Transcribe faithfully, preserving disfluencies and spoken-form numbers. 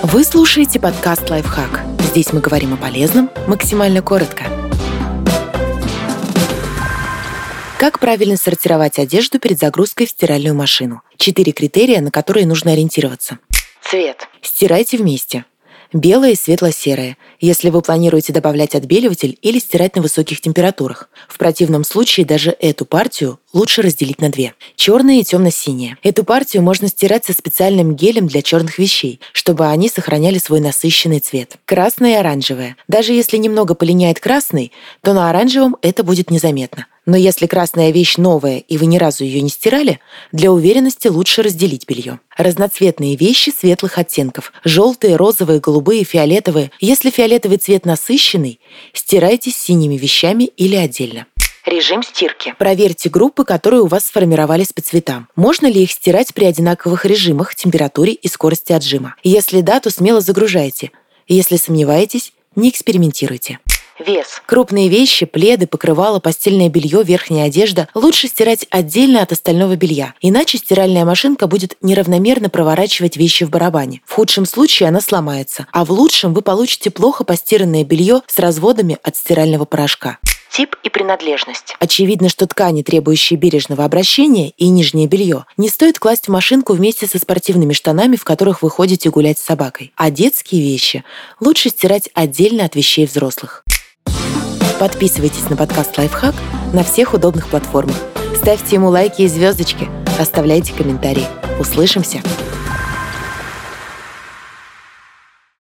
Вы слушаете подкаст «Лайфхак». Здесь мы говорим о полезном максимально коротко. Как правильно сортировать одежду перед загрузкой в стиральную машину? Четыре критерия, на которые нужно ориентироваться. Цвет. Стирайте вместе. Белое и светло-серое, если вы планируете добавлять отбеливатель или стирать на высоких температурах. В противном случае даже эту партию лучше разделить на две. Черное и темно-синее. Эту партию можно стирать со специальным гелем для черных вещей, чтобы они сохраняли свой насыщенный цвет. Красное и оранжевое. Даже если немного полиняет красный, то на оранжевом это будет незаметно. Но если красная вещь новая и вы ни разу ее не стирали, для уверенности лучше разделить белье. Разноцветные вещи светлых оттенков. Желтые, розовые, голубые, фиолетовые. Если фиолетовый цвет насыщенный, стирайте с синими вещами или отдельно. Режим стирки. Проверьте группы, которые у вас сформировались по цветам. Можно ли их стирать при одинаковых режимах, температуре и скорости отжима? Если да, то смело загружайте. Если сомневаетесь, не экспериментируйте. Вес. Крупные вещи, пледы, покрывало, постельное белье, верхняя одежда лучше стирать отдельно от остального белья, иначе стиральная машинка будет неравномерно проворачивать вещи в барабане. В худшем случае она сломается, а в лучшем вы получите плохо постиранное белье с разводами от стирального порошка. Тип и принадлежность. Очевидно, что ткани, требующие бережного обращения, и нижнее белье не стоит класть в машинку вместе со спортивными штанами, в которых вы ходите гулять с собакой. А детские вещи лучше стирать отдельно от вещей взрослых. Подписывайтесь на подкаст «Лайфхак» на всех удобных платформах. Ставьте ему лайки и звездочки, оставляйте комментарии. Услышимся!